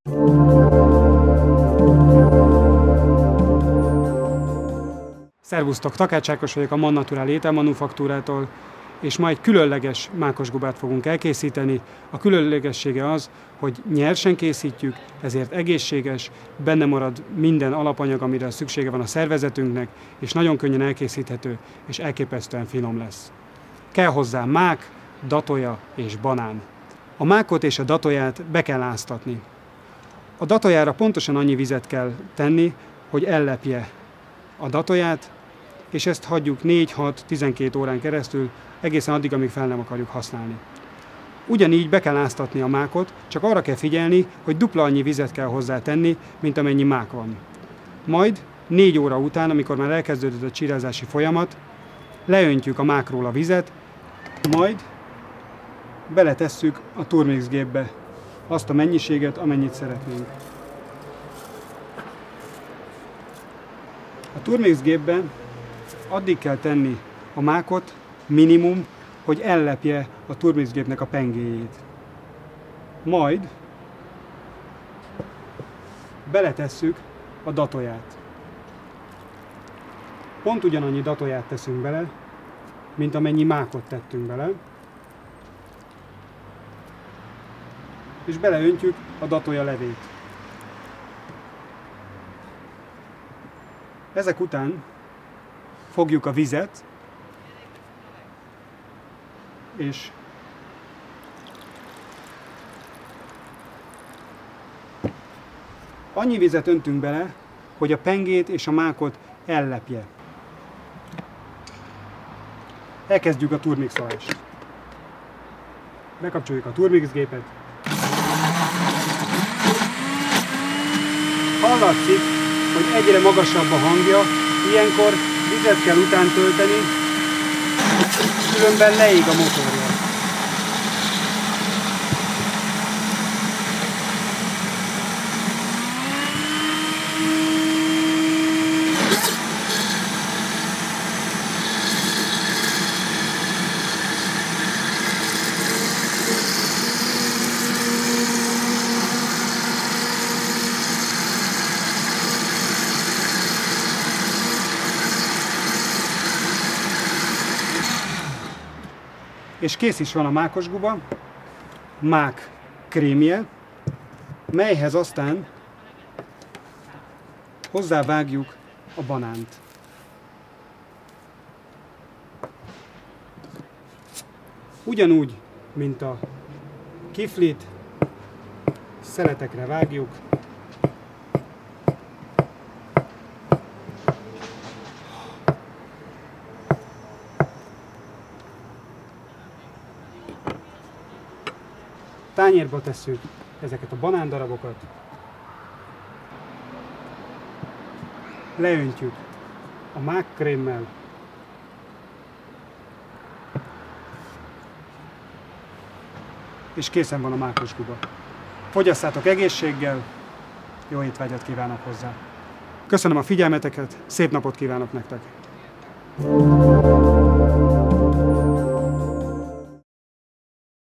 Szervusztok, Takács Ákos vagyok a Mannaturál ételmanufaktúrától, és ma egy különleges mákosgubát fogunk elkészíteni. A különlegessége az, hogy nyersen készítjük, ezért egészséges, benne marad minden alapanyag, amire szüksége van a szervezetünknek, és nagyon könnyen elkészíthető, és elképesztően finom lesz. Kell hozzá mák, datolya és banán. A mákot és a datolyát be kell áztatni. A datolyára pontosan annyi vizet kell tenni, hogy ellepje a datolyát, és ezt hagyjuk 4-6-12 órán keresztül, egészen addig, amíg fel nem akarjuk használni. Ugyanígy be kell áztatni a mákot, csak arra kell figyelni, hogy dupla annyi vizet kell hozzátenni, mint amennyi mák van. Majd 4 óra után, amikor már elkezdődött a csirázási folyamat, leöntjük a mákról a vizet, majd beletesszük a turmix gépbe azt a mennyiséget, amennyit szeretnénk. A turmix gépben addig kell tenni a mákot, minimum, hogy ellepje a turmix gépnek a pengéjét. Majd beletesszük a datolyát. Pont ugyanannyi datolyát teszünk bele, mint amennyi mákot tettünk bele, és beleöntjük a datolya levét. Ezek után fogjuk a vizet, és annyi vizet öntünk bele, hogy a pengét és a mákot ellepje. Elkezdjük a turmixolást. Bekapcsoljuk a turmix gépet. Hallatszik, hogy egyre magasabb a hangja, ilyenkor vizet kell után tölteni, különben leég a motorja. És kész is van a mákosguba, mák krémje, melyhez aztán hozzávágjuk a banánt. Ugyanúgy, mint a kiflit, szeletekre vágjuk. Tányérba tesszük ezeket a banándarabokat, leöntjük a mákkrémmel, és készen van a mákosguba. Fogyasszátok egészséggel, jó étvágyat kívánok hozzá! Köszönöm a figyelmeteket, szép napot kívánok nektek!